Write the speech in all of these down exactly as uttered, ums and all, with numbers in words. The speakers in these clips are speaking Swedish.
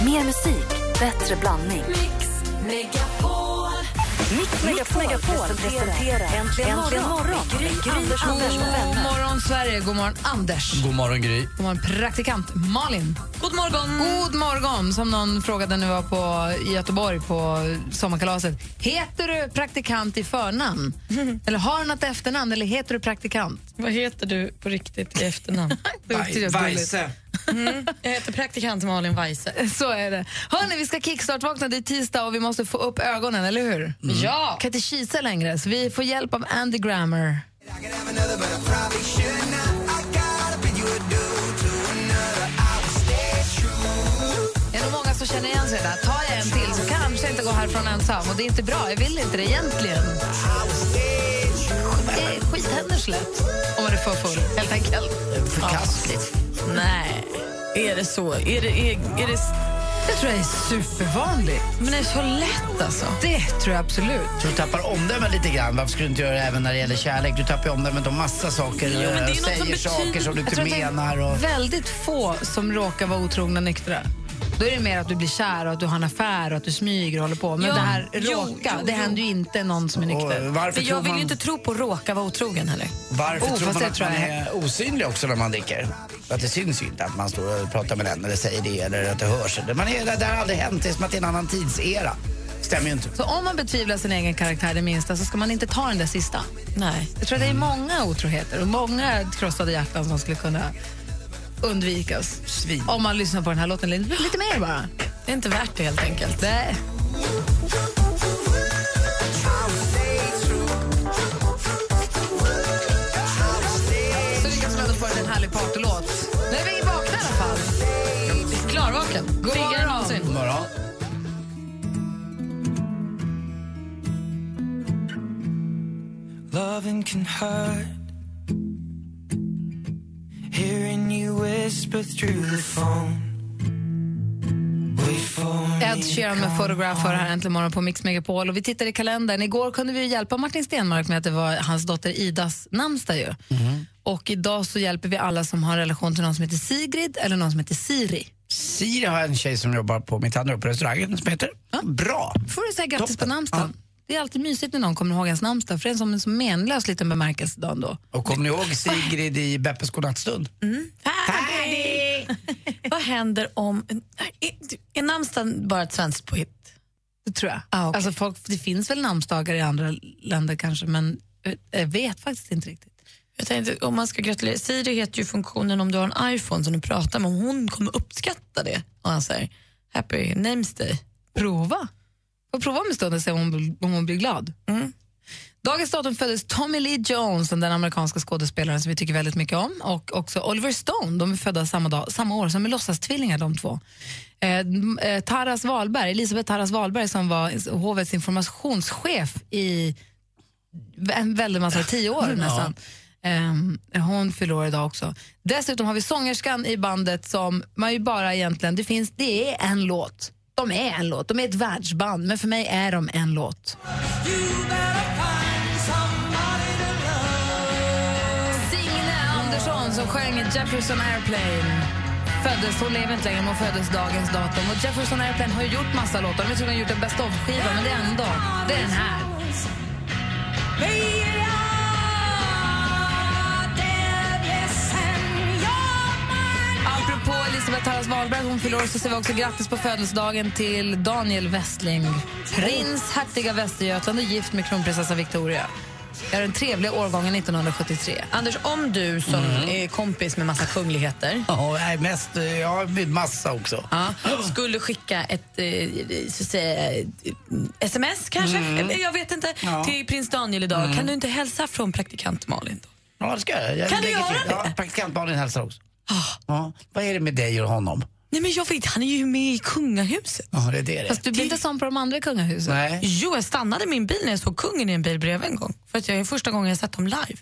Mer musik, bättre blandning. Mix Megapol. Mix Megapol, Megapol presenterar Äntligen, Äntligen morgon. morgon. Gry, Gry, Anders, Anders och vänner. God morgon Sverige, god morgon Anders. God morgon Gry. God morgon praktikant Malin. God morgon. God morgon, som någon frågade när vi var på, i Göteborg på sommarkalaset. Heter du praktikant i förnamn? Mm. Eller har du något efternamn eller heter du praktikant? Vad heter du på riktigt i efternamn? Weise. Mm. Jag heter praktikant Malin Weise. Så är det. Hörrni, vi ska kickstart-vakna, det är tisdag och vi måste få upp ögonen, eller hur? Mm. Ja. Kan inte kisa längre, så vi får hjälp av Andy Grammer. Det är nog många som känner igen sig där. Tar jag en till så kanske jag inte går härifrån ensam. Och det är inte bra, jag vill inte det egentligen. Det är skithänders lätt om man är för full, helt enkelt. Förkastligt. Nej, är det så? Är det, är, är det... Det tror jag är supervanligt. Men det är så lätt alltså. Det tror jag absolut. Du tappar omdömet lite grann. Varför skulle du inte göra det även när det gäller kärlek? Du tappar omdömet om massa saker. Jo, men det är säger som saker betyder... som du inte menar. Det är och... väldigt få som råkar vara otrogna nyktra. Då är det mer att du blir kär och att du har en affär och att du smyger och håller på. Men ja, det här jo, råka, jo, det jo. händer ju inte någon som är nykter. Varför För jag vill man... ju inte tro på råka vara otrogen heller. Varför Oh, tror man att tror man jag... är osynlig också när man dricker? Att det syns ju inte att man står och pratar med den eller säger det eller att det hörs. Man är, det har aldrig hänt, det är som att det är en annan tidsera. Stämmer ju inte. Så om man betvivlar sin egen karaktär det minsta så ska man inte ta den där sista. Nej. Jag tror att det är många otroheter och många krossade hjärtan som skulle kunna undvikas. Svin. Om man lyssnar på den här låten lite, lite mer bara. Det är inte värt det helt enkelt. Nej. Så lyckas man ändå få en härlig partylåt. Nu är vi vakna i alla fall. Klarvaken. God morgon. God morgon. Loving can hurt. Hearing you whisper through the phone. Ed Sheeran med Photograph för här äntligen morgon på Mix Megapol. Och vi tittar i kalendern. Igår kunde vi hjälpa Martin Stenmark med att det var hans dotter Idas namnsdag ju. Mm. Och idag så hjälper vi alla som har en relation till någon som heter Sigrid eller någon som heter Siri. Siri har en tjej som jobbar på mitt andra på restaurangen som heter ja. Bra. Får du säga grattis Toppen. på namnsdagen. Ja. Det är alltid mysigt när någon kommer ihåg ens namnsdag, för det är som en så menlös liten bemärkelsedag då. Och kommer ni ihåg Sigrid i Beppes godnattstund? Mm. Färdig! Vad händer om... Är, är namnsdagen bara ett svenskt påhitt? Det tror jag. Ah, okay. Alltså folk, det finns väl namnsdagar i andra länder kanske, men jag vet faktiskt inte riktigt. Jag tänkte, om man ska gratulera, Siri heter ju funktionen om du har en iPhone som du pratar med, om hon kommer uppskatta det. Och han säger, happy names day. Prova. Och prova om en stund och se om hon, om hon blir glad. Mm. Dagens datum föddes Tommy Lee Jones, den amerikanska skådespelaren som vi tycker väldigt mycket om, och också Oliver Stone. De är födda samma, dag, samma år, som är låtsastvillingar de två. Eh, eh, Taras Wahlberg, Elisabeth Taras Wahlberg, som var hovets informationschef i en väldigt massa, tio år ja. nästan. Eh, hon fyller år idag också. Dessutom har vi sångerskan i bandet som man ju bara egentligen, det finns, det är en låt. De är en låt, de är ett världsband, men för mig är de en låt. Signe Andersson som sjöng Jefferson Airplane föddes, hon lever inte längre, men hon föddes dagens datum. Och Jefferson Airplane har ju gjort massa låtar, de har gjort en best of-skiva, men det är ändå, det är den här. Apropå Elisabeth Taras Wahlberg, hon fyller år, så ser vi också grattis på födelsedagen till Daniel Westling. Prins, hertiga Västergötland och gift med kronprinsessa Victoria. Det är den trevliga årgången nittonhundrasjuttiotre. Anders, om du som mm. är kompis med massa kungligheter, ja, nej, mest, ja, med massa också. Ja, skulle skicka ett så att säga, sms kanske, mm. eller jag vet inte, ja. till prins Daniel idag, mm. kan du inte hälsa från praktikant Malin då? Ja, det ska jag. jag kan du göra det? Ja, praktikant Malin hälsar också. Ah. Ja, vad är det med dig och honom? Nej, men jag vet, han är ju med i kungahuset. Ja, det är det. Fast du blir inte sån på de andra kungahusen. Nej. Jo, jag stannade min bil när jag såg kungen i en bil bredvid en gång. För att jag är första gången jag sett dem live.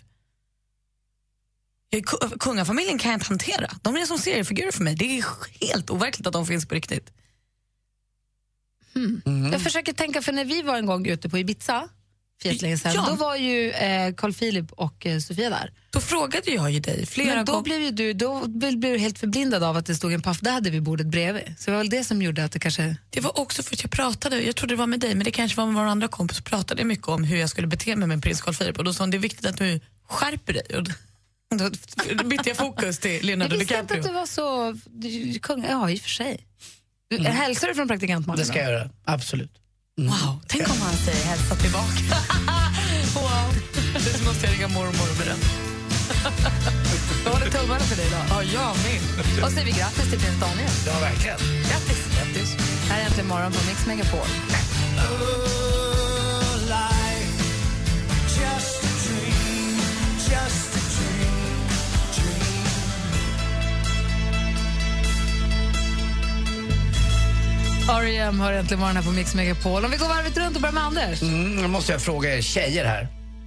Jag, kungafamiljen kan jag inte hantera. De är som seriefigurer för mig. Det är helt overkligt att de finns på riktigt. Hmm. Mm. Jag försöker tänka, för när vi var en gång ute på Ibiza Jättelänge sedan. Ja. Då var ju eh, Carl Philip och eh, Sofia där. Då frågade jag ju dig flera Men då gånger. blev ju du då blev du helt förblindad av att det stod en paff. Där hade vi bordet bredvid. Så det var väl det som gjorde att det kanske... Det var också för att jag pratade, jag trodde det var med dig, men det kanske var med vår andra kompis, så pratade jag mycket om hur jag skulle bete mig med prins Carl Philip, och då sa hon, det är viktigt att du skärper dig. Och då, då bytte jag fokus till Leonardo Jag visste inte DiCaprio. att du var så... Du, kung, ja, i och för sig. Du, mm. Hälsar du från praktikant Malin? Det ska jag göra, absolut. Mm. Wow, tänk om han säger hälsa tillbaka. Wow, det måste jag ringa mormor och berätta. Jag håller tummarna för dig idag. Ja, jag med. Och säger vi grattis till prins Daniel. Ja, verkligen. Grattis. Grattis. Här är äntligen morgon på Mix Megapol. R E M har äntligen morgon här på Mix Megapol. Om vi går varvet runt och börjar med Anders. Mm, nu måste jag fråga er tjejer här.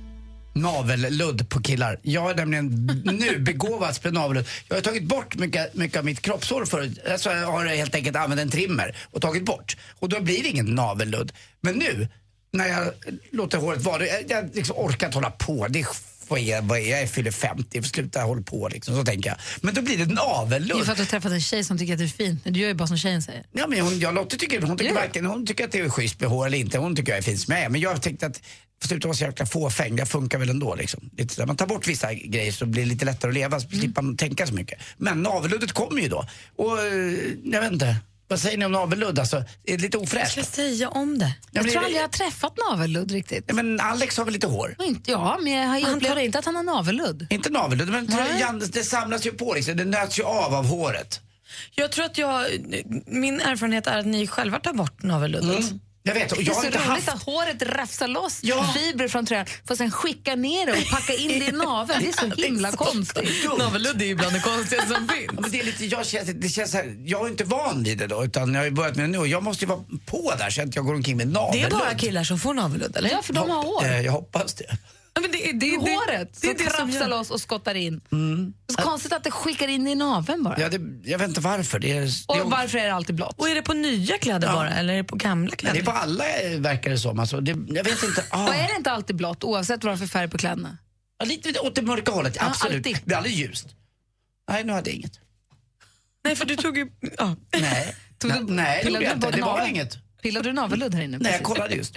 Navelludd på killar. Jag har nämligen nu begåvats med navelludd. Jag har tagit bort mycket, mycket av mitt kroppshår förut. Alltså jag har helt enkelt använt en trimmer och tagit bort. Och då blir det ingen navelludd. Men nu, när jag låter håret vara, jag, jag liksom orkar inte hålla på. Det är vad är, vad är, jag fyller femtio, för sluta hålla på liksom, så tänker jag. Men då blir det navelludd. Det är för att du har träffat en tjej som tycker att det är fint. Du gör ju bara som tjejen säger. Ja, men hon, jag Lotte tycker, hon tycker Ja. varken, hon tycker att det är schysst med hår eller inte. Hon tycker jag är fint med. Men jag tänkte att sluta vara så jäkla fåfäng, det funkar väl ändå liksom. Lite, när man tar bort vissa grejer så blir det lite lättare att leva, så Mm. slipper man tänka så mycket. Men navelluddet kommer ju då. Och eh, jag vet inte, vad säger ni om navelludd? Alltså, är det lite Vad ofräscht? ska jag säga om det? Jag men tror det- aldrig jag har träffat navelludd riktigt. Ja, men Alex har väl lite hår? Och inte, ja, men jag Han upplever tar- inte att han har navelludd. Inte navelludd, men Nej. Jan, det samlas ju på liksom. Det nöts ju av av håret. Jag tror att jag, min erfarenhet är att ni själva tar bort navelluddet. Mm. Jag vet, och Det jag är har så inte roligt haft... att håret räfsar loss Ja. fibrer från tröjan för att sen skicka ner det och packa in det i naveln. Det är så himla konstigt. dumt. Navelludd är ju bland det konstigaste som Ja, finns. men det är lite, jag, känns, det känns så här, jag är inte van vid det då, utan jag har ju börjat med det nu och jag måste ju vara på där så att jag går omkring med Det navelludd. är bara killar som får navelludd, eller? Ja, för de har hår. Eh, Jag hoppas det. Ja, men det är, det, Det är det, håret det, som är det som krafsar gör. loss och skottar in. Det är så konstigt att det skickar in i naveln bara. Ja, det, jag vet inte varför. Det är, det är, Och varför är det alltid blått? Och är det på nya kläder Ja. bara, eller är det på gamla det kläder? är på alla eh, verkar det som. Alltså, det, jag vet inte. Ah. Och är det inte alltid blått oavsett vad det är för färg på kläderna? Ja, lite åt det mörka hållet, Ja, absolut. alltid. Det är aldrig ljust. Nej, nu hade jag inget. Nej, för du tog ju... Ja. Nej, Tog nej, du- nej det pillade gjorde jag du inte. på Det var naveln? inget. Pillade du navelludd här inne? Nej, jag Precis. kollade just.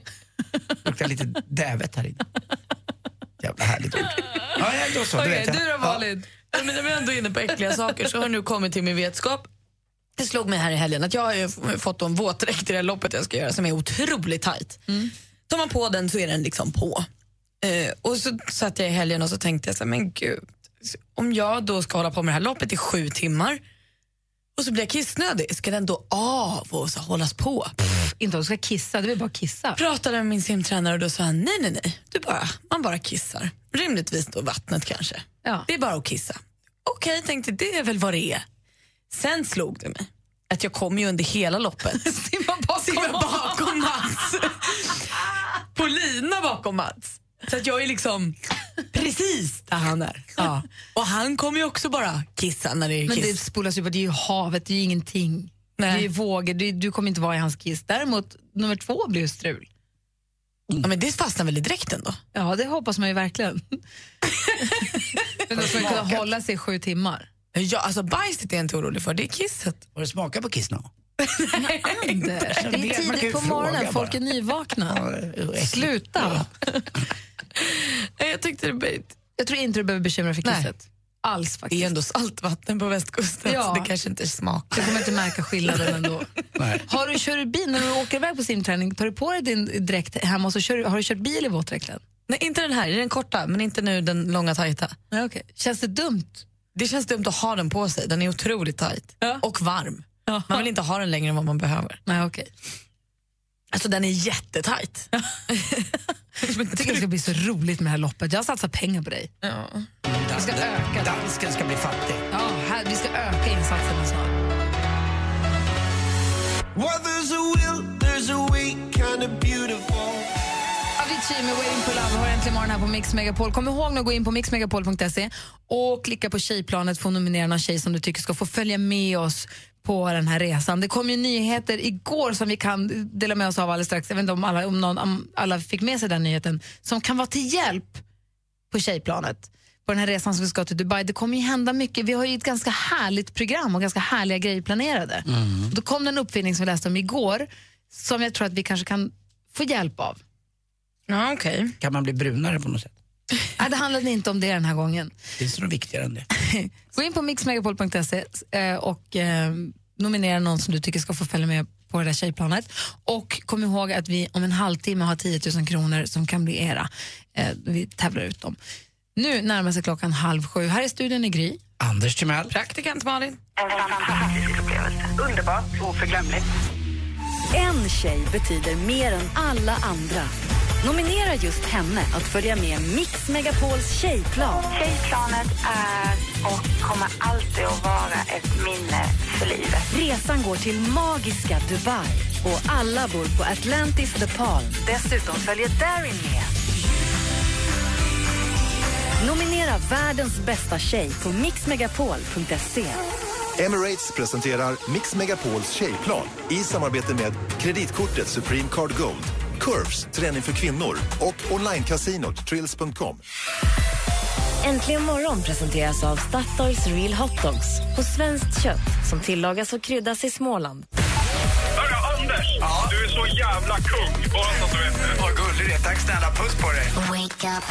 Det luktar lite dävet här inne. Jävla härligt ord. Ja, ja, då så, det Okej, vet jag. du då, Malin? Ja. Men när vi ändå är inne på äckliga saker så har nu kommit till min vetskap. Det slog mig här i helgen att jag har ju f- fått en våtdräkt i det här loppet jag ska göra som är otroligt tajt. Mm. Tar man på den så är den liksom på. Eh, och så satt jag i helgen och så tänkte jag så här, men gud, om jag då ska hålla på med det här loppet i sju timmar och så blir jag kissnödig, ska den då av och så hållas på? Inte att du ska kissa, du vill bara kissa. Pratade med min simtränare och då sa han, nej nej nej, du bara, man bara kissar. Rimligtvis då vattnet kanske. Ja. Det är bara att kissa. Okej, tänkte det är väl vad det är. Sen slog det mig att jag kom ju under hela loppet Simma bakom, simma bakom Mats. På lina bakom Mats. Så att jag är liksom precis där han är. Ja. Och han kommer ju också bara kissa när det är Men kiss. det spolas ju på, det är ju havet, det är ju ingenting. Nej. Det är ju vågor, det är, du kommer inte vara i hans kiss. Däremot, nummer två blir ju strul. Ja, men det fastnar väl i dräkten då? Ja, det hoppas man ju verkligen. Men då ska man kunna hålla sig i sju timmar. Ja, alltså bajset är jag inte orolig för, det är kisset. Har du smakat på kiss någon? Anders, det Man kan är ju tidigt på fråga morgonen, bara. folk är nyvakna. Ja, det är äckligt. Sluta. Jag tyckte det blev... Jag tror inte du behöver bekymra för Nej. kisset. Alls Det är faktiskt. ändå saltvatten på västkusten, Ja. så det kanske inte smakar. Du kommer inte märka skillnaden ändå. Nej. Har du, kör du bil när du åker iväg på simträning? Tar du på dig din dräkt hemma och så kör, du- har du kört bil i våtdräkten? Nej, inte den här, den korta, men inte nu den långa tajta. Ja, okay. Känns det dumt? Det känns dumt att ha den på sig, den är otroligt tajt. Ja. Och varm. Ja. Man vill inte ha den längre än vad man behöver. Nej, okej. Alltså den är jättetajt. Jag tycker det ska bli så roligt med det här loppet. Jag satsar pengar på dig. Ja. Vi ska öka. Dansken ska bli fattig. Ja, här, vi ska öka insatserna snart. Well, there's a will, there's a way, kind of beautiful. Avicii med Waiting for Love har äntligen morgon här på Mix Megapol. Kom ihåg nu att gå in på mix megapol punkt se och klicka på tjejplanet för att nominera någon tjej som du tycker ska få följa med oss på den här resan. Det kom ju nyheter igår som vi kan dela med oss av alldeles strax. Jag vet inte om alla, om någon, om alla fick med sig den nyheten, som kan vara till hjälp på tjejplanet. På den här resan som vi ska till Dubai. Det kommer ju hända mycket. Vi har ju ett ganska härligt program och ganska härliga grejer planerade. Mm. Då kom det en uppfinning som vi läste om igår som jag tror att vi kanske kan få hjälp av. Ja, okej. Okay. Kan man bli brunare på något sätt? Nej, det handlade inte om det den här gången. Finns det något viktigare än det? Gå in på mix megapol punkt se och eh, nominera någon som du tycker ska få följa med på det där tjejplanet. Och kom ihåg att vi om en halvtimme har tio tusen kronor som kan bli era. Eh, vi tävlar ut dem. Nu närmar sig klockan halv sju. Här är studion i Gry. Anders Timell. Praktikant Malin. En fantastisk upplevelse. Underbart och oförglömligt. En tjej betyder mer än alla andra. Nominera just henne att följa med Mix Megapols tjejplan. Tjejplanet är och kommer alltid att vara ett minne för livet. Resan går till magiska Dubai och alla bor på Atlantis The Palm. Dessutom följer Darin med. Nominera världens bästa tjej på mix megapol punkt se. Emirates presenterar Mix Megapols tjejplan i samarbete med kreditkortet Supreme Card Gold, Curves, träning för kvinnor och online-casinot Trills punkt com. Äntligen morgon presenteras av Statoils Real Hot Dogs på svenskt kött som tillagas och kryddas i Småland. Hörru, Anders! Ja? Du är så jävla kung, bara så att du vet det. Vad gullig det är. Tack snälla, puss på dig. Wake up.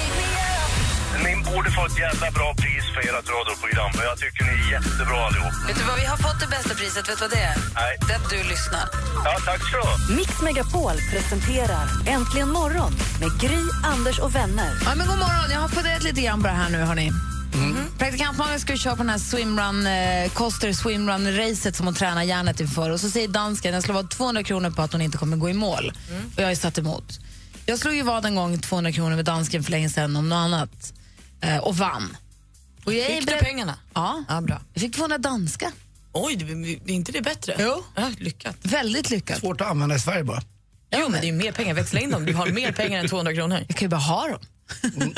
Ni borde få ett jävla bra pris för ert radioprogram. Jag tycker ni är jättebra allihop. Vet du vad vi har fått det bästa priset? Vet du vad det är? Nej. Det är att du lyssnar. Ja, tack så. Mix Megapol presenterar Äntligen morgon med Gry, Anders och vänner. Ja, men god morgon. Jag har funderat lite grann på det här nu, hörni. Mm. Praktikantmannen ska ju köra på den här swimrun, eh, Coster swimrun-racet som hon tränar hjärnet inför. Och så säger dansken, jag slår vad tvåhundra kronor på att hon inte kommer gå i mål. Mm. Och jag har ju satt emot. Jag slog ju vad en gång tvåhundra kronor med dansken för länge sedan om något annat. Eh, och vann. Och jag fick ber- du pengarna? Ja. Ja, bra. Jag fick tvåhundra danska. Oj, det, det är inte det bättre? Jo. Ja, lyckat. Väldigt lyckat. Svårt att använda i Sverige bara. Jo, men det är ju mer pengar. Växla in dem. Du har mer pengar än tvåhundra kronor. Jag kan ju bara ha dem. Mm.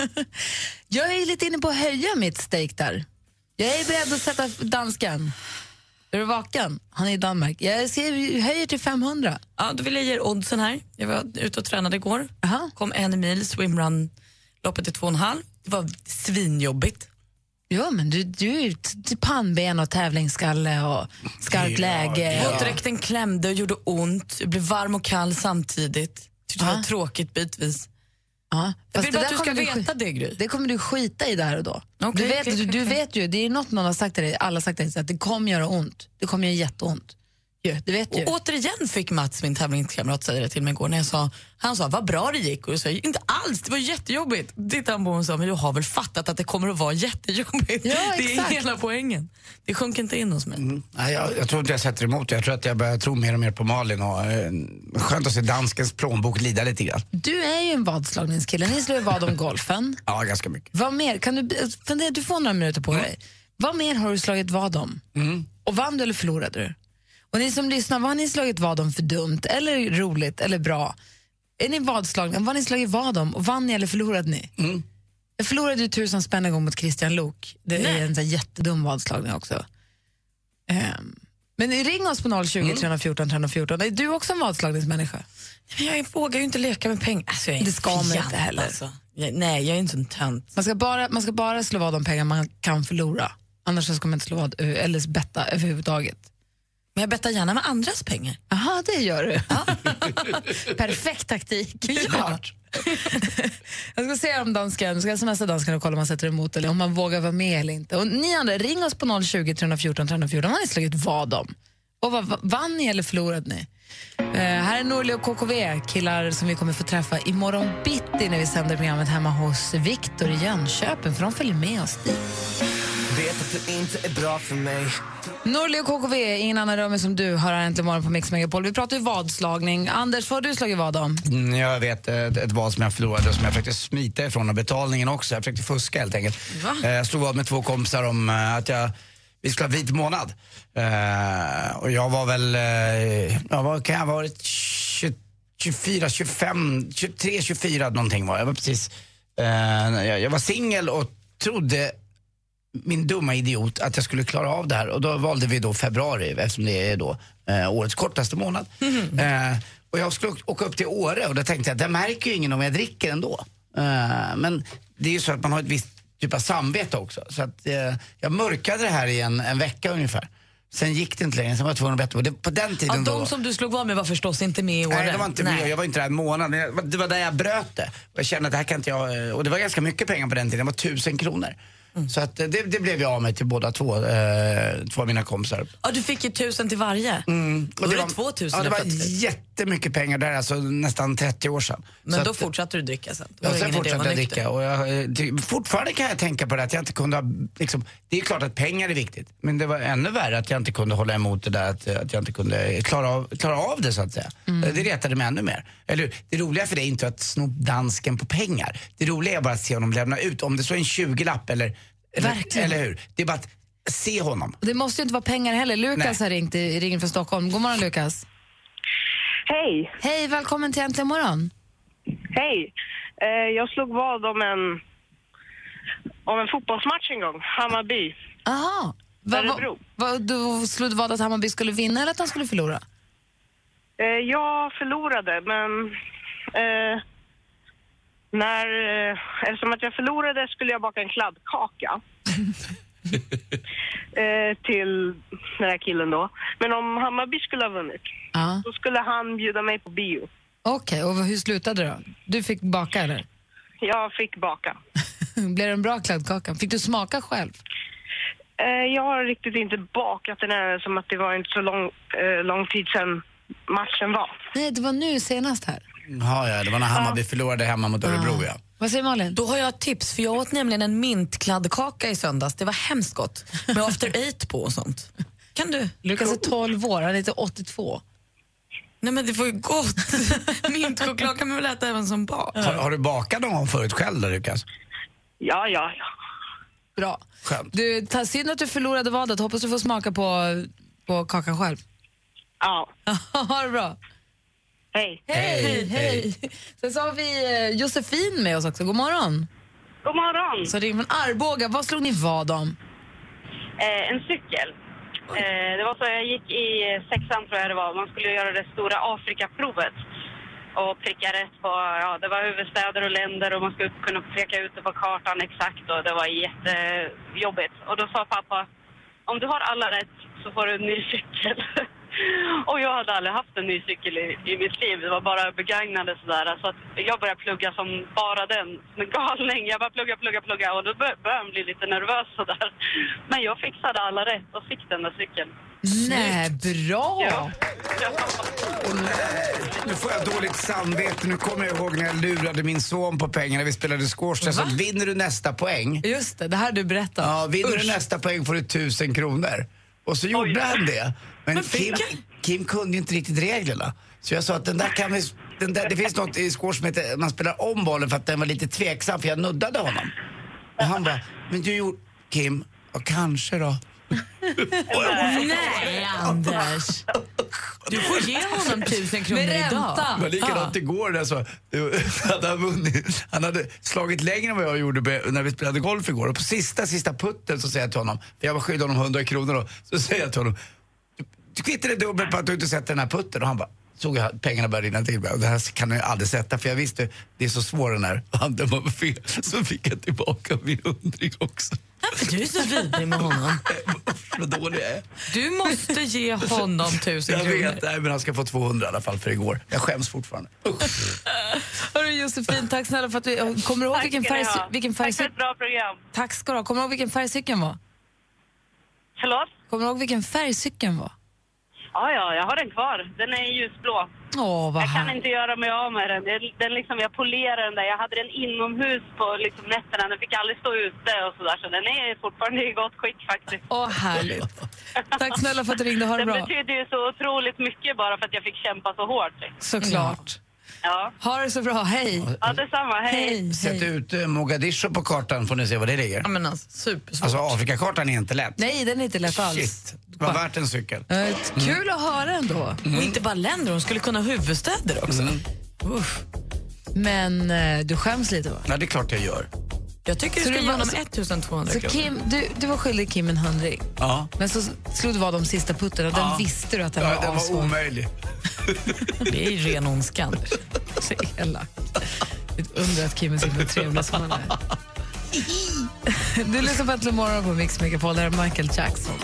Jag är lite inne på att höja mitt stake där. Jag är beredd att sätta danskan. Är du vaken? Han är i Danmark. Jag ser, höjer till femhundra. Ja, då vill jag ge er oddsen här. Jag var ute och tränade igår. Aha. Kom en mil swimrun, loppet till två och en halv. Det var svinjobbigt. Ja, men du, du är ju till pannben och tävlingsskalle och skarpt läge. Ja. Våtdräkten klämde och gjorde ont. Jag blev varm och kall samtidigt. Tyckte det var tråkigt bitvis. Ja, jag vill bara att du ska du veta det, Gry. Det kommer du skita i där och då. Okay, du vet, okay, du, du okay. vet ju, det är något någon har sagt till dig, alla har sagt till dig, att det kommer göra ont. Det kommer göra jätteont. Ja, det vet ju. Och återigen fick Mats, min tävlingskamrat, säga det till mig igår när jag sa, han sa, vad bra det gick. Och jag sa, inte alls, det var jättejobbigt. Tittade han på och sa, men du har väl fattat att det kommer att vara jättejobbigt. Ja, det är hela poängen. Det sjunker inte in hos mig. Mm. Nej, jag, jag tror inte jag sätter emot det. Jag tror att jag börjar tro mer och mer på Malin. Och, eh, skönt att se danskens plånbok lida lite grann. Du är ju en vadslagningskille. Ni slår ju vad om golfen. Ja, ganska mycket. Vad mer? Kan du, fundera, du får några minuter på mm. dig. Vad mer har du slagit vad om? Mm. Och vann du eller förlorade du? Och ni som lyssnar, vad har ni slagit vad om för dumt? Eller roligt? Eller bra? Är ni vadslagna? Vad har ni slagit vad om? Och vann ni eller förlorade ni? Mm. Jag förlorade ju tusen spänn en gång mot Christian Lok. Det Nej. är en sån jättedum vadslagning också. Um, men ring oss på noll tjugo, mm. tre fjorton, tre fjorton. Är du också en vadslagningsmänniska? Jag vågar ju inte leka med pengar. Alltså, det ska man inte heller. Alltså. Jag, nej, jag är inte en tönt. Man ska bara, man ska bara slå vad om pengar man kan förlora. Annars ska man inte slå vad eller betta överhuvudtaget. Men jag bettar gärna med andras pengar. Aha, det gör du. Ja. Perfekt taktik. Ja. Jag ska se om dansken, ska smsa dansken och kolla om man sätter emot eller om man vågar vara med eller inte. Och ni andra, ring oss på noll tjugo, tre fjorton, tre fjorton. Har ni slagit vad om? Och vad, vann ni eller förlorade ni? Uh, här är Norli och K K V, killar som vi kommer få träffa imorgon bitti när vi sänder programmet hemma hos Viktor i Jönköping, för de följer med oss dit. Vet att det inte är bra för mig. Norli och K K V, ingen annan rör mig som du, hör här äntligen morgon på Mix Megapol. Vi pratar ju vadslagning. Anders, vad har du slagit vad om? Mm, jag vet ett, ett vad som jag förlorade och som jag försökte smita ifrån av betalningen också. Jag försökte fuska helt enkelt. Va? Jag slog vad med två kompisar om uh, att jag, vi skulle ha vit månad. Uh, och jag var väl, uh, ja, vad kan jag ha varit, tjugofyra, tjugofem, tjugotre, tjugofyra någonting var jag. var precis, uh, jag, jag var singel och trodde min dumma idiot att jag skulle klara av det här. Och då valde vi då februari, eftersom det är då eh, årets kortaste månad. Mm. Eh, och jag skulle åka upp till Åre och då tänkte jag att det märker ju ingen om jag dricker ändå. Eh, men det är ju så att man har ett visst typ av samvete också. Så att eh, jag mörkade det här i en, en vecka ungefär. Sen gick det inte längre, sen var jag tvungen att bättre. På den tiden ja, de då, som du slog var med var förstås inte med i Åre. Nej, de var inte med. Jag var inte där en månad. Men det var där jag bröt det. Och jag kände att det här kan inte jag... Och det var ganska mycket pengar på den tiden. Det var tusen kronor. Mm. Så att det, det blev jag av med till båda två, eh, två av mina kompisar. Ja, du fick ju tusen till varje. Mm. Och det det var två tusen. Ja, det var jättemycket pengar där, alltså nästan trettio år sedan. Men så då att, fortsatte du dricka sen? Ja, sen fortsatte jag dricka. Och jag, ty, fortfarande kan jag tänka på det att jag inte kunde ha, liksom, det är klart att pengar är viktigt. Men det var ännu värre att jag inte kunde hålla emot det där, att, att jag inte kunde klara av, klara av det så att säga. Mm. Det retade mig ännu mer. Eller, det roliga för det är inte att sno dansken på pengar. Det roliga är bara att se honom lämna ut. Om det så är en tjugo-lapp eller Eller, eller hur? Det är bara att se honom. Det måste ju inte vara pengar heller. Lukas har ringt i ringen från Stockholm. God morgon, Lukas. Hej. Hej, välkommen till Äntligen morgon. Hej. Eh, jag slog vad om en, om en fotbollsmatch en gång. Hammarby. Aha. Va, va, va, du slog vad att Hammarby skulle vinna eller att han skulle förlora? Eh, jag förlorade, men... Eh, När, eh, eftersom att jag förlorade skulle jag baka en kladdkaka eh, till den här killen då. Men om Hammarby skulle ha vunnit, ah. då skulle han bjuda mig på bio. Okej, okay, och hur slutade det då? Du fick baka eller? Jag fick baka. Blev det en bra kladdkaka? Fick du smaka själv? Eh, jag har riktigt inte bakat den här, som att det var inte så lång, eh, lång tid sedan matchen var. Nej, det var nu senast här. Ja, ja, det var när Hammarby ja. förlorade hemma mot Örebro, ja. Vad säger Malin? Då har jag ett tips, för jag åt nämligen en mintkladdkaka i söndags. Det var hemskt gott, med after eight på och sånt. Kan du? Lukas är tolv år, han är lite åttiotvå. Nej, men det var ju gott. Mintchoklad kan man väl äta även som barn. Har, har du bakat någon gång förut själv då, Lukas? Ja, ja, ja. Bra. Skönt. Du, ta synd att du förlorade vadet. Hoppas du får smaka på, på kakan själv. Ja. Ha det bra. Hej. Hej, hej, hej. Sen så har vi Josefin med oss också. God morgon. God morgon. Så det är från Arboga. Vad slog ni vad om? Eh, en cykel. Eh, det var så jag gick i sexan tror jag det var. Man skulle göra det stora Afrikaprovet. Och pricka rätt på, ja det var huvudstäder och länder och man skulle kunna pricka ut det på kartan exakt och det var jättejobbigt. Och då sa pappa, om du har alla rätt så får du en ny cykel. Och jag hade aldrig haft en ny cykel i, i mitt liv. Det var bara begagnade sådär. Så att jag började plugga som bara den. Som en galning. Jag bara plugga, plugga, plugga. Och då började jag bli lite nervös sådär. Men jag fixade alla rätt och fick den där cykeln. Nej, bra! Ja. Ja. Oh, nej. Nu får jag dåligt samvete. Nu kommer jag ihåg när jag lurade min son på pengar när vi spelade squash. Så vinner du nästa poäng. Just det, det här du berättar. Ja, vinner Usch. du nästa poäng får du tusen kronor. Och så gjorde Oj. han det. Men, Men Kim, Kim kunde ju inte riktigt reglerna. Så jag sa att den där kan vi, den där, det finns något i squash som heter man spelar om bollen för att den var lite tveksam för jag nuddade honom. Och han bara, men du gjorde Kim, och kanske då. Nej, Anders. Du får ge honom tusen kronor idag. Det var likadant igår. Alltså, hade han, vunnit, han hade slagit längre än vad jag gjorde när vi spelade golf igår. Och på sista, sista putten så säger jag till honom, för jag var skyldig honom hundra kronor då, så säger jag till honom, du, du kvittar det dubbelt på att du inte sätter den här putten. Och han bara, såg jag pengarna började rinna till mig. Och det här kan jag aldrig sätta, för jag visste det är så svår den här handen var fel. Så fick jag tillbaka min hundring också. Du är så vidrig med honom. Vad dålig jag är. Du måste ge honom tusen jag kronor. Jag vet, nej, men han ska få tvåhundra i alla fall för igår. Jag skäms fortfarande. Hörru Josefin, tack snälla för att du kommer du ihåg vilken färg, vilken färg tack för ett bra program. Tack ska du ha. Kommer du ihåg vilken färg cykeln var? Förlåt? Kommer du ihåg vilken färg cykeln var? Ja, ja, jag har den kvar. Den är ljusblå. Åh, vad jag kan här. inte göra mig av med den. den liksom, jag polerar den där. Jag hade den inomhus på liksom, nätterna. Den fick aldrig stå ute och sådär. Så den är fortfarande i gott skick faktiskt. Åh, härligt. Tack snälla för att du ringde. Ha det bra. Det betyder ju så otroligt mycket bara för att jag fick kämpa så hårt. Såklart. Ja. Ha det så bra. Hej. Ja, detsamma. Hej. Hej. Sätt ut uh, Mogadishu på kartan får ni se vad det ligger. Ja, men alltså, supersvårt. Alltså Afrikakartan är inte lätt. Nej, den är inte lätt alls. Shit, det var värt en cykel. Mm. Kul att höra ändå. Mm. Och inte bara länder, de skulle kunna ha huvudstäder också. Mm. Men uh, du skäms lite va? Ja, det är klart jag gör. Jag tycker du ska ge honom ettusentvåhundra så kronor. Kim, du, du var skyldig Kim en hundring. Ja. Men så slog du vad de sista putten och Ja. den visste du att den Ja, var den asvår. var omöjlig. Det är ju ren ondskan. Så elak. Ett under att Kim är så himla trevlig som han är. Du lyssnar på Äntligen morgon på Mix Megapol. Där är Michael Jackson.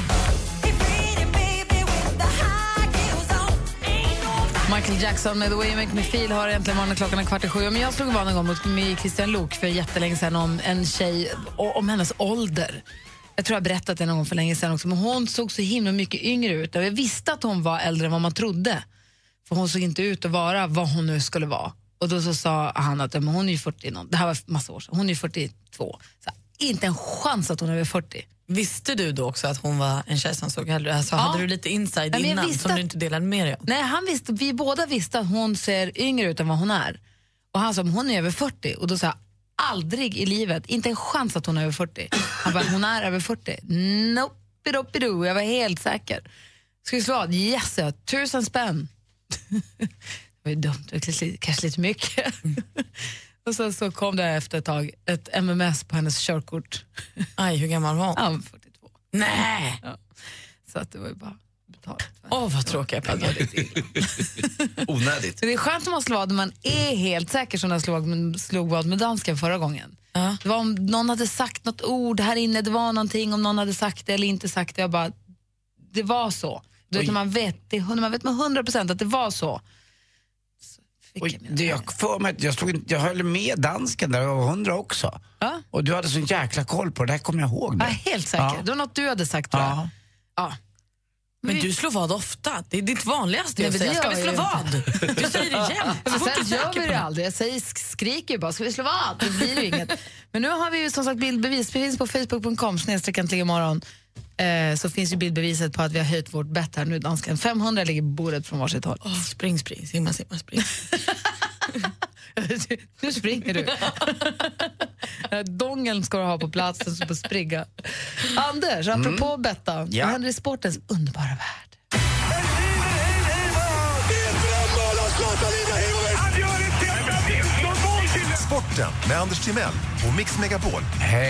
Michael Jackson med The Way You Make Me Feel har äntligen morgonen klockan är kvart i sju. Men jag slog vad en gång mot med Christian Lok för jättelänge sedan om en tjej, om hennes ålder. Jag tror jag har berättat det någon gång för länge sedan också. Men hon såg så himla mycket yngre ut. Och jag visste att hon var äldre än vad man trodde. För hon såg inte ut att vara vad hon nu skulle vara. Och då så sa han att men hon är ju fyrtio, någon. Det här var massa år sedan. Hon är ju fyrtiotvå. Så, inte en chans att hon är över fyrtio. Visste du då också att hon var en tjej som såg äldre? Alltså, ja. Hade du lite inside ja, innan som att, du inte delade med dig av? Nej, han visste, vi båda visste att hon ser yngre ut än vad hon är. Och han sa att hon är över fyrtio. Och då sa jag, aldrig i livet, inte en chans att hon är över fyrtio. Han bara, hon är över fyrtio. Nope, jag var helt säker. Ska vi slå av? Yes, ja. Tusen spänn. Det var ju dumt, det var kanske, kanske lite mycket. Mm. Och sen så kom det efter ett tag ett M M S på hennes körkort. Aj, hur gammal var hon? Ja, fyrtiotvå. Nej! Ja. Så att det var ju bara betalt. Åh, oh, vad tråkiga pengar. Onödigt. Så det är skönt om man slår vad man är helt säker som jag slog, slog vad med dansken förra gången. Ja. Det var om någon hade sagt något ord här inne, det var någonting, om någon hade sagt det eller inte sagt det. Jag bara, det var så. Du vet, när man vet, det, när man vet med hundra procent att det var så. Oj, det jag, för mig, jag, stod, jag höll med dansken där, jag var hundra också. Ja? Och du hade sån jäkla koll på det, det här kommer jag ihåg. Det. Jag är helt säker. Ja. Det var något du hade sagt, tror jag. Ja. Ja. Men du slår vad ofta. Det är ditt vanligaste. Nej, Jag säger, det ska gör vi slå jag vad? Du säger det igen. Men sen gör vi det aldrig. Jag säger, skriker ju bara, ska vi slå vad? Det blir ju inget. Men nu har vi ju som sagt bildbevis. Det finns på facebook punkt com snedstreck äntligen imorgon. Eh, så finns ju bildbeviset på att vi har höjt vårt bett här nu. Dansken femhundra ligger på bordet från varsitt håll. Oh, spring, spring, simma, simma, spring. Nu springer du. Dongeln ska du ha på plats och så på springa. Anders, apropå mm. betta, ja. vad händer i sportens underbara värld? Sporten med Anders Timell och Mix Megapol.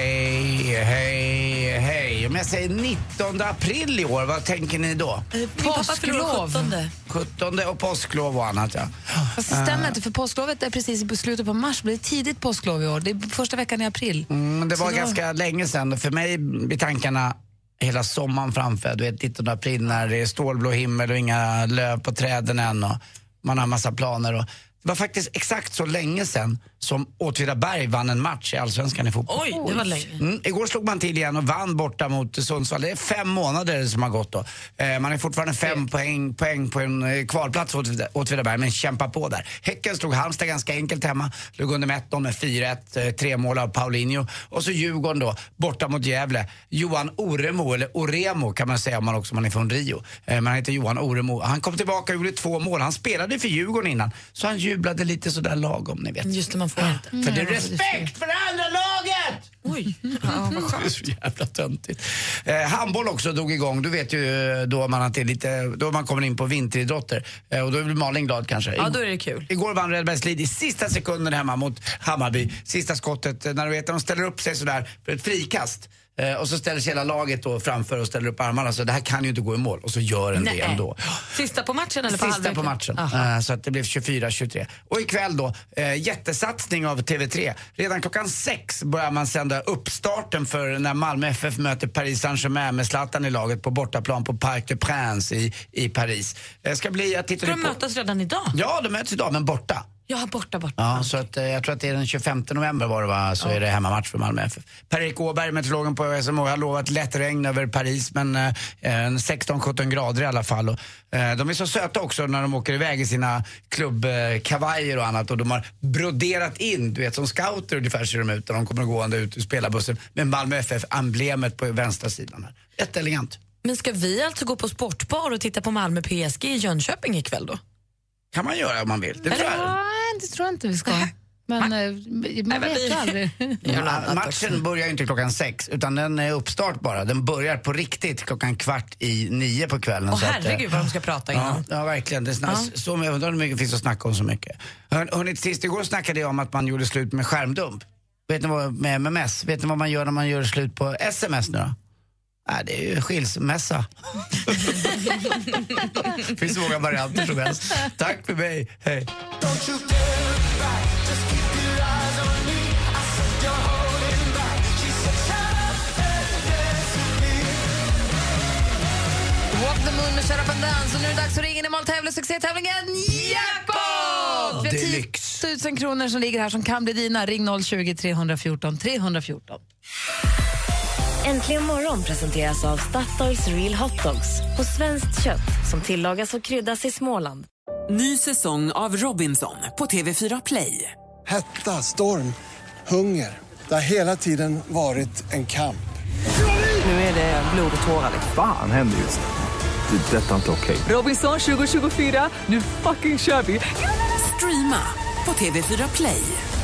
Hej, hej, hej. Om jag säger nittonde april i år, vad tänker ni då? Påsklov. sjuttonde och påsklov och annat, ja. Fast det stämmer inte, för påsklovet är precis i slutet på mars. Det är tidigt påsklov i år. Det är första veckan i april. Mm, det var Så ganska då... länge sedan. För mig blir tankarna hela sommaren framför. Du vet, nittonde april när det är stålblå himmel och inga löv på träden än och man har massa planer. Och det var faktiskt exakt så länge sedan som Åtvidaberg vann en match i Allsvenskan i fotboll. Oj, det var länge. Mm, igår slog man till igen och vann borta mot Sundsvall. Det är fem månader som har gått då. Eh, man är fortfarande fem poäng, poäng på en eh, kvalplats åt Åtvidaberg, men kämpa på där. Häcken slog Halmstad ganska enkelt hemma. Låg under med ett noll med fyra ett, eh, tre mål av Paulinho. Och så Djurgården då, borta mot Gävle. Johan Oremo, eller Oremo kan man säga om man också man är från Rio. Eh, man heter Johan Oremo. Han kom tillbaka och gjorde två mål. Han spelade för Djurgården innan. Så han jublade lite sådär lagom, ni vet. Just det, man får inte. Mm. För det är respekt för det andra laget! Oj, ja, vad skönt. Det är så jävla töntigt. Eh, handboll också drog igång. Du vet ju då man, att lite, då man kommer in på vinteridrotter. Eh, och då blir Malin glad kanske. Ja, då är det kul. Igår vann Redbergslid i sista sekunden hemma mot Hammarby. Sista skottet, när du vet att de ställer upp sig sådär för ett frikast. Eh, och så ställer sig hela laget då framför och ställer upp armarna. Så det här kan ju inte gå i mål. Och så gör en det ändå. Sista på matchen eller på Sista halvlek? på matchen. Eh, så att det blev tjugofyra tjugotre. Och ikväll då, eh, jättesatsning av T V tre. Redan klockan sex börjar man sända uppstarten för när Malmö F F möter Paris Saint-Germain med Zlatan i laget på bortaplan på Parc des Princes i, i Paris. Det ska bli... Jag tittar ska de på... mötas redan idag? Ja, de möts idag, men borta. Ja, borta, borta. Ja, så att, eh, jag tror att det är den tjugofemte november var det va, så ja. Är det hemmamatch för Malmö F F. Per-Erik Åberg, meteorologen på S M H, har lovat lätt regn över Paris, men eh, sexton sjutton grader i alla fall. Och, eh, de är så söta också när de åker iväg i sina klubbkavajer och annat, och de har broderat in, du vet, som scouter ungefär ser de ut, och de kommer gående ut ur spelarbussen med Malmö F F-emblemet på vänstra sidan här. Jätteelegant. Men ska vi alltså gå på sportbar och titta på Malmö P S G i Jönköping ikväll då? Kan man göra om man vill. Det tror jag. Nej, det tror jag inte vi ska. Men man, man vet ju aldrig. Ja, matchen börjar ju inte klockan sex, utan den är uppstart bara. Den börjar på riktigt klockan kvart i nio på kvällen. Åh, så herregud att, vad de ska prata innan. Ja, ja verkligen. Det är snart, ja. Så mycket, hur mycket finns att snacka om så mycket. Hör, hörni, sist igår snackade jag om att man gjorde slut med skärmdump. Vet ni vad med M M S? Vet ni vad man gör när man gör slut på S M S nu då? Nej, det är ju skilsmässa. Det finns så många varianter som helst. Tack för mig, hej. Walk the Moon med Shut Up and Dance. Och nu är det dags att ringa i måltävling, succétävlingen Jackpot! Vi har tio tusen kronor som ligger här som kan bli dina. Ring noll tjugo, tre fjorton, tre fjorton. Äntligen morgon presenteras av Statoils Real Hot Dogs på svenskt kött som tillagas och kryddas i Småland. Ny säsong av Robinson på T V fyra Play. Hetta, storm, hunger. Det har hela tiden varit en kamp. Nu är det blod och tårar. Fan händer just det. Det är detta inte okej. Robinson tjugo tjugofyra, nu fucking kör vi. Streama på T V fyra Play.